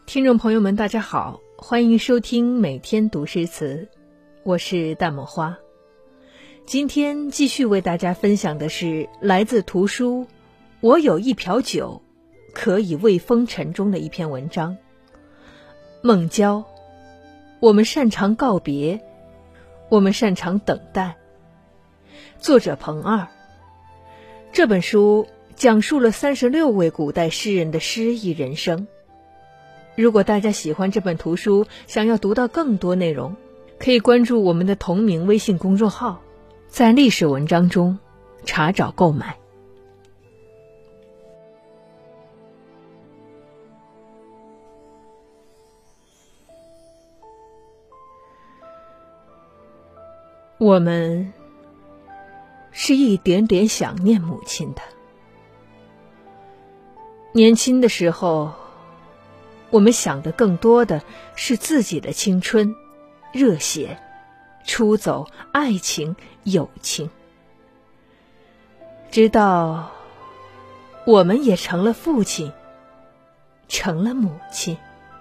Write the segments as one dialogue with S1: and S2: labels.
S1: 听众朋友们大家好，欢迎收听每天读诗词，我是淡墨花。今天继续为大家分享的是来自图书我有一瓢酒可以慰风尘中的一篇文章。孟郊，我们擅长告别，我们擅长等待。作者彭二。这本书讲述了36位古代诗人的诗意人生。如果大家喜欢这本图书，想要读到更多内容，可以关注我们的同名微信公众号，在历史文章中查找购买。我们是一点点想念母亲的。年轻的时候，我们想的更多的是自己的青春、热血、出走、爱情、友情。直到我们也成了父亲，成了母亲。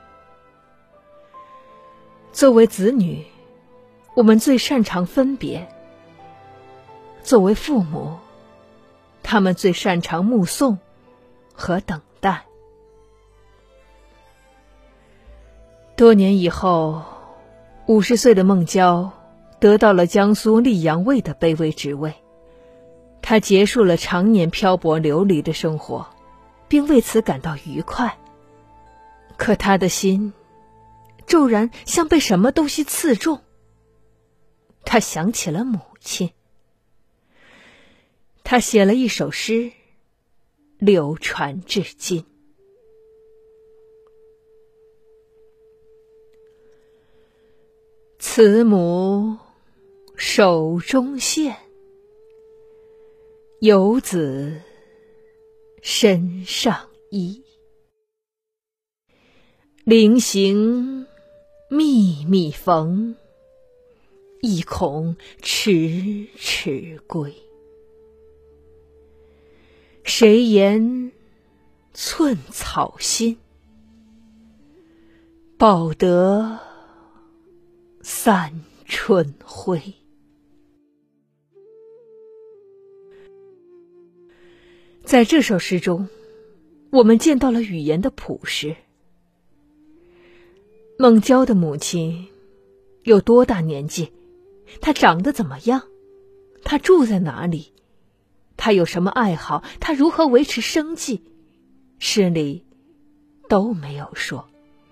S1: 作为子女，我们最擅长分别；作为父母，他们最擅长目送和等待。多年以后，50岁的孟郊得到了江苏溧阳卫的卑微职位，他结束了常年漂泊流离的生活，并为此感到愉快。可他的心骤然像被什么东西刺中，他想起了母亲。他写了一首诗，流传至今。慈母手中线，游子身上衣。临行密密缝，意恐迟迟归。谁言寸草心，报得三春晖。在这首诗中，我们见到了语言的朴实。孟郊的母亲有多大年纪？她长得怎么样？她住在哪里？她有什么爱好？她如何维持生计？诗里都没有说。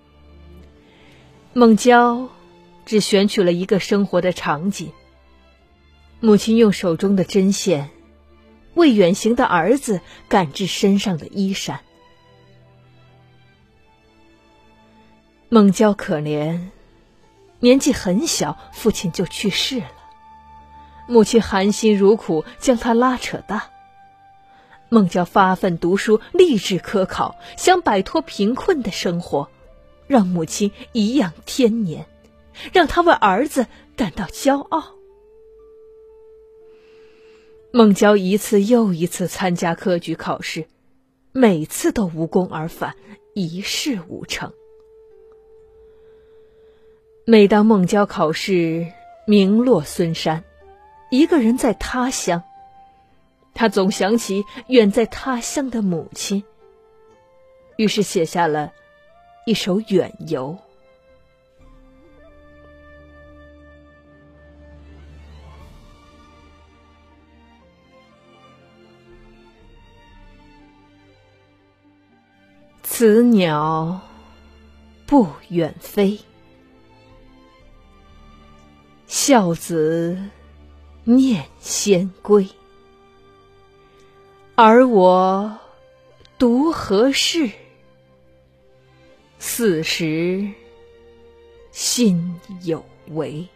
S1: 孟郊只选取了一个生活的场景，母亲用手中的针线为远行的儿子赶制身上的衣衫。孟郊可怜，年纪很小，父亲就去世了，母亲含辛茹苦将他拉扯大。孟郊发奋读书，立志科考，想摆脱贫困的生活，让母亲颐养天年，让他为儿子感到骄傲。孟郊一次又一次参加科举考试，每次都无功而返，一事无成。每当孟郊考试名落孙山，一个人在他乡，他总想起远在他乡的母亲，于是写下了一首《远游》。此鸟不远飞，孝子念先归。而我独何事？四时心有违。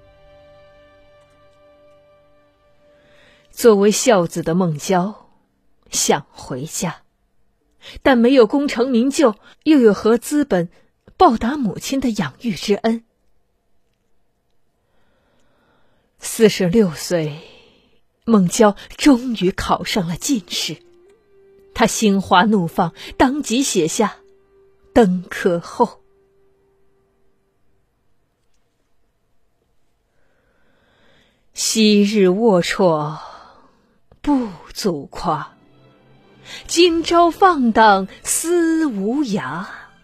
S1: 作为孝子的孟郊想回家，但没有功成名就，又有何资本报答母亲的养育之恩？46岁，孟郊终于考上了进士。他心花怒放，当即写下登科后。昔日龌龊不足夸，今朝放荡思无涯。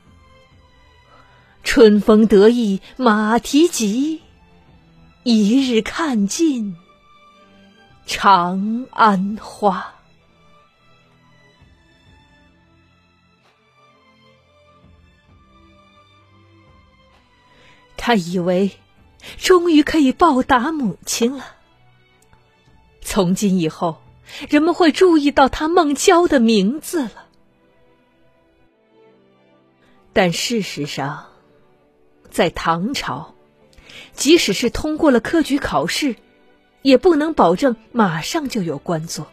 S1: 春风得意马蹄疾，一日看尽长安花。他以为终于可以报答母亲了。从今以后，人们会注意到他孟郊的名字了。但事实上，在唐朝，即使是通过了科举考试，也不能保证马上就有官做。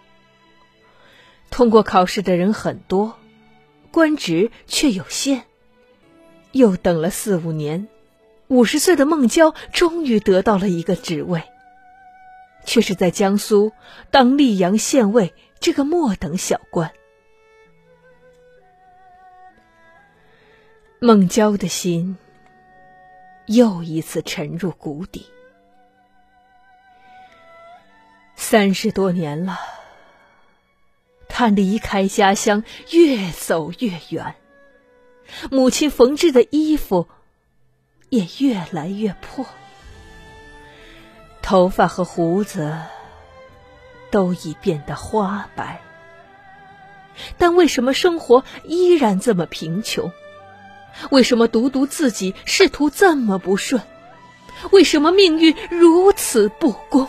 S1: 通过考试的人很多，官职却有限。又等了4、5年，50岁的孟郊终于得到了一个职位，却是在江苏当溧阳县尉这个末等小官。孟郊的心又一次沉入谷底。30多年了，他离开家乡越走越远，母亲缝制的衣服也越来越破，头发和胡子都已变得花白。但为什么生活依然这么贫穷？为什么独独自己仕途这么不顺？为什么命运如此不公？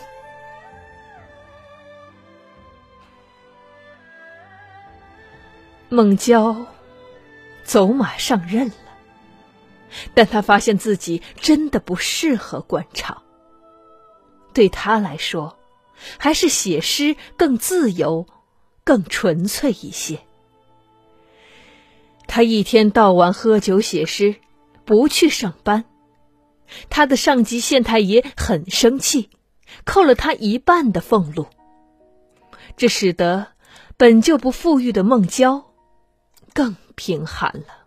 S1: 孟郊走马上任了，但他发现自己真的不适合官场。对他来说，还是写诗更自由，更纯粹一些。他一天到晚喝酒写诗，不去上班。他的上级县太爷很生气，扣了他1半的俸禄。这使得本就不富裕的孟郊更贫寒了。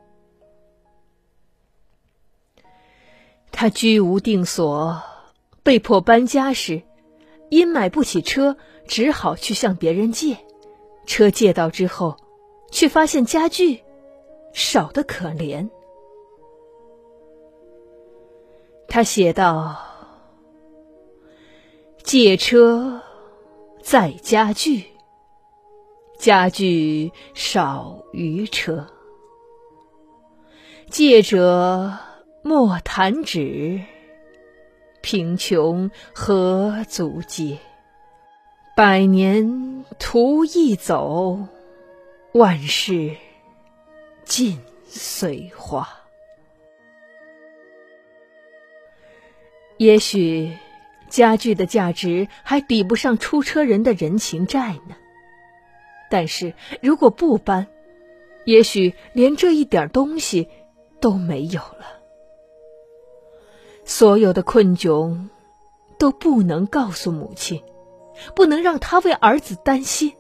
S1: 他居无定所，被迫搬家时，因买不起车，只好去向别人借。车借到之后，却发现家具少得可怜。他写道：借车载家具，家具少于车。借者莫弹指，贫穷何足嗟。百年徒一走，万事尽随花。也许家具的价值还抵不上出车人的人情债呢。但是如果不搬，也许连这一点东西都没有了。所有的困窘都不能告诉母亲，不能让她为儿子担心。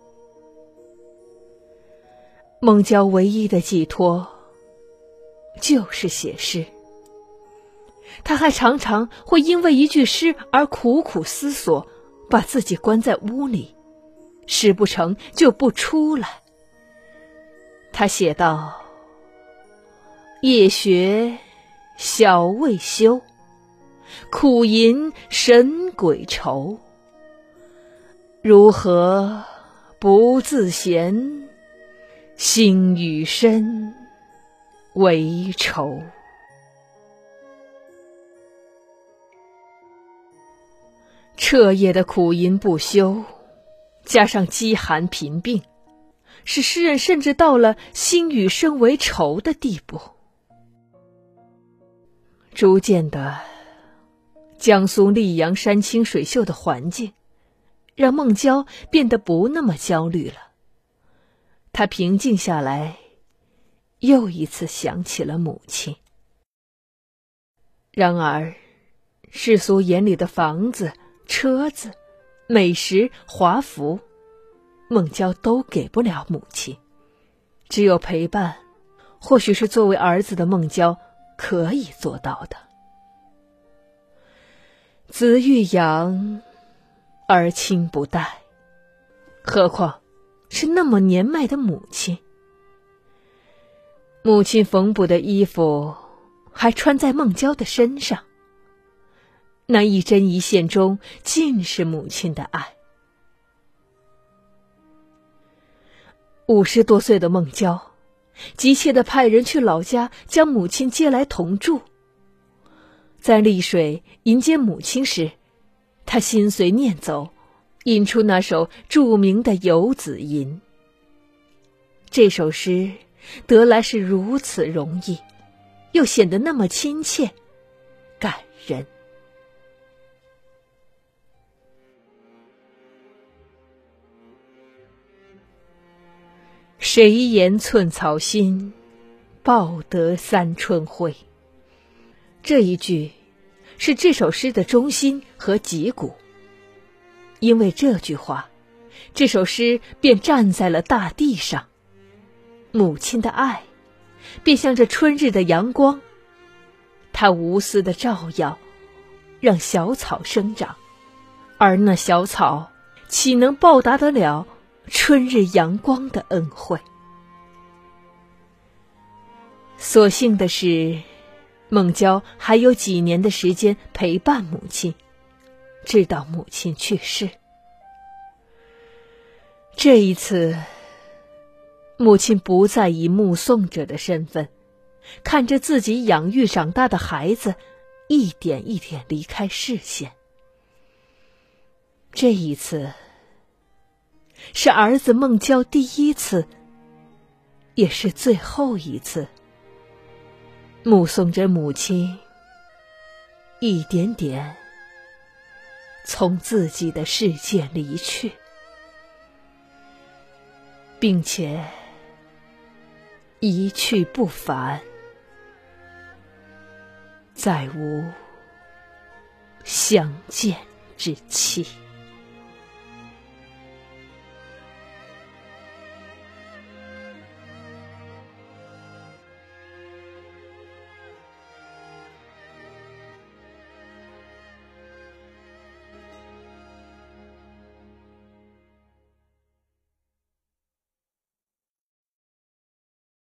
S1: 孟郊唯一的寄托就是写诗。他还常常会因为一句诗而苦苦思索，把自己关在屋里，诗不成就不出来。他写道：夜学小未休，苦吟神鬼愁。如何不自闲，心与身为仇。彻夜的苦吟不休，加上饥寒贫病，使诗人甚至到了心与身为仇的地步。逐渐的，江苏溧阳山清水秀的环境让孟郊变得不那么焦虑了。他平静下来，又一次想起了母亲。然而世俗眼里的房子、车子、美食、华服，孟郊都给不了母亲，只有陪伴、 或许是作为儿子的孟郊可以做到的。子欲养而亲不待，何况是那么年迈的母亲。母亲缝补的衣服还穿在孟郊的身上，那一针一线中尽是母亲的爱。50多岁的孟郊急切地派人去老家将母亲接来同住。在丽水迎接母亲时，他心随念走，吟出那首著名的《游子吟》。这首诗得来是如此容易，又显得那么亲切感人。谁言寸草心，报得三春晖。这一句是这首诗的中心和脊骨，因为这句话，这首诗便站在了大地上。母亲的爱便像这春日的阳光，它无私的照耀，让小草生长，而那小草岂能报答得了春日阳光的恩惠？所幸的是，孟郊还有几年的时间陪伴母亲，直到母亲去世。这一次，母亲不再以目送者的身份，看着自己养育长大的孩子一点一点离开视线。这一次，是儿子孟郊第一次，也是最后一次，目送着母亲一点点从自己的世界离去，并且一去不返，再无相见之期。